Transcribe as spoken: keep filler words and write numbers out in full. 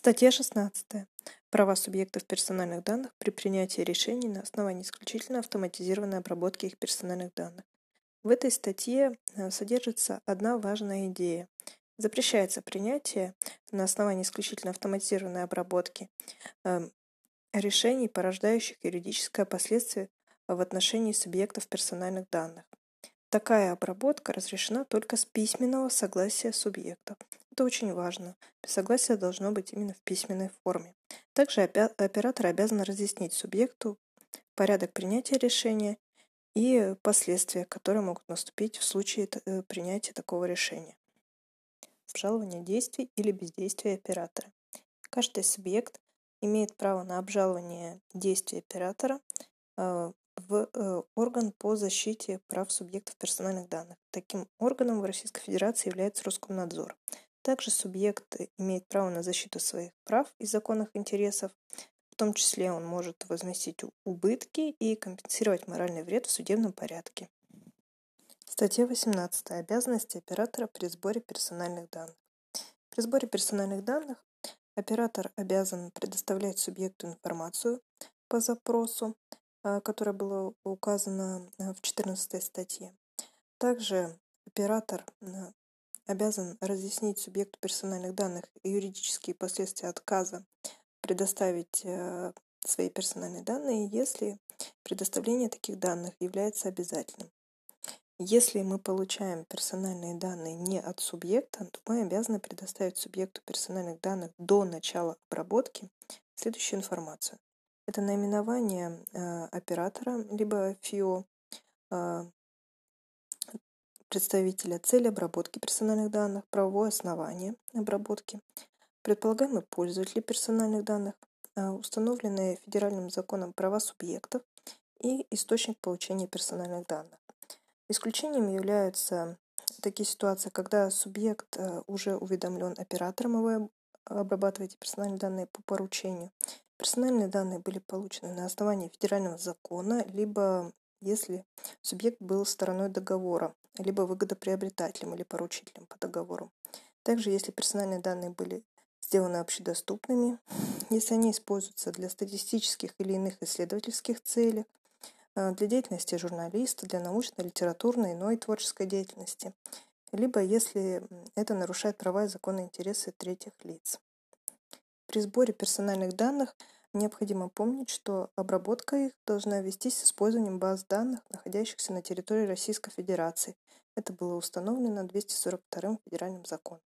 Статья шестнадцатая. Права субъектов персональных данных при принятии решений на основании исключительно автоматизированной обработки их персональных данных. В этой статье э, содержится одна важная идея. Запрещается принятие на основании исключительно автоматизированной обработки э, решений, порождающих юридическое последствие в отношении субъектов персональных данных. Такая обработка разрешена только с письменного согласия субъектов. Это очень важно. Согласие должно быть именно в письменной форме. Также оператор обязан разъяснить субъекту порядок принятия решения и последствия, которые могут наступить в случае принятия такого решения. Обжалование действий или бездействия оператора. Каждый субъект имеет право на обжалование действий оператора в орган по защите прав субъектов персональных данных. Таким органом в Российской Федерации является Роскомнадзор. Также субъект имеет право на защиту своих прав и законных интересов, в том числе он может возместить убытки и компенсировать моральный вред в судебном порядке. Статья восемнадцатая. Обязанности оператора при сборе персональных данных. При сборе персональных данных оператор обязан предоставлять субъекту информацию по запросу, которое было указано в четырнадцатой статье. Также оператор обязан разъяснить субъекту персональных данных юридические последствия отказа предоставить свои персональные данные, если предоставление таких данных является обязательным. Если мы получаем персональные данные не от субъекта, то мы обязаны предоставить субъекту персональных данных до начала обработки следующую информацию. Это наименование э, оператора, либо ФИО, э, представителя, цель обработки персональных данных, правовое основание обработки, предполагаемый пользователь персональных данных, э, установленные федеральным законом права субъектов и источник получения персональных данных. Исключением являются такие ситуации, когда субъект э, уже уведомлен оператором, и вы обрабатываете персональные данные по поручению. Персональные данные были получены на основании федерального закона, либо если субъект был стороной договора, либо выгодоприобретателем или поручителем по договору. Также, если персональные данные были сделаны общедоступными, если они используются для статистических или иных исследовательских целей, для деятельности журналиста, для научной, литературной, иной творческой деятельности, либо если это нарушает права и законные интересы третьих лиц. При сборе персональных данных необходимо помнить, что обработка их должна вестись с использованием баз данных, находящихся на территории Российской Федерации. Это было установлено двести сорок вторым федеральным законом.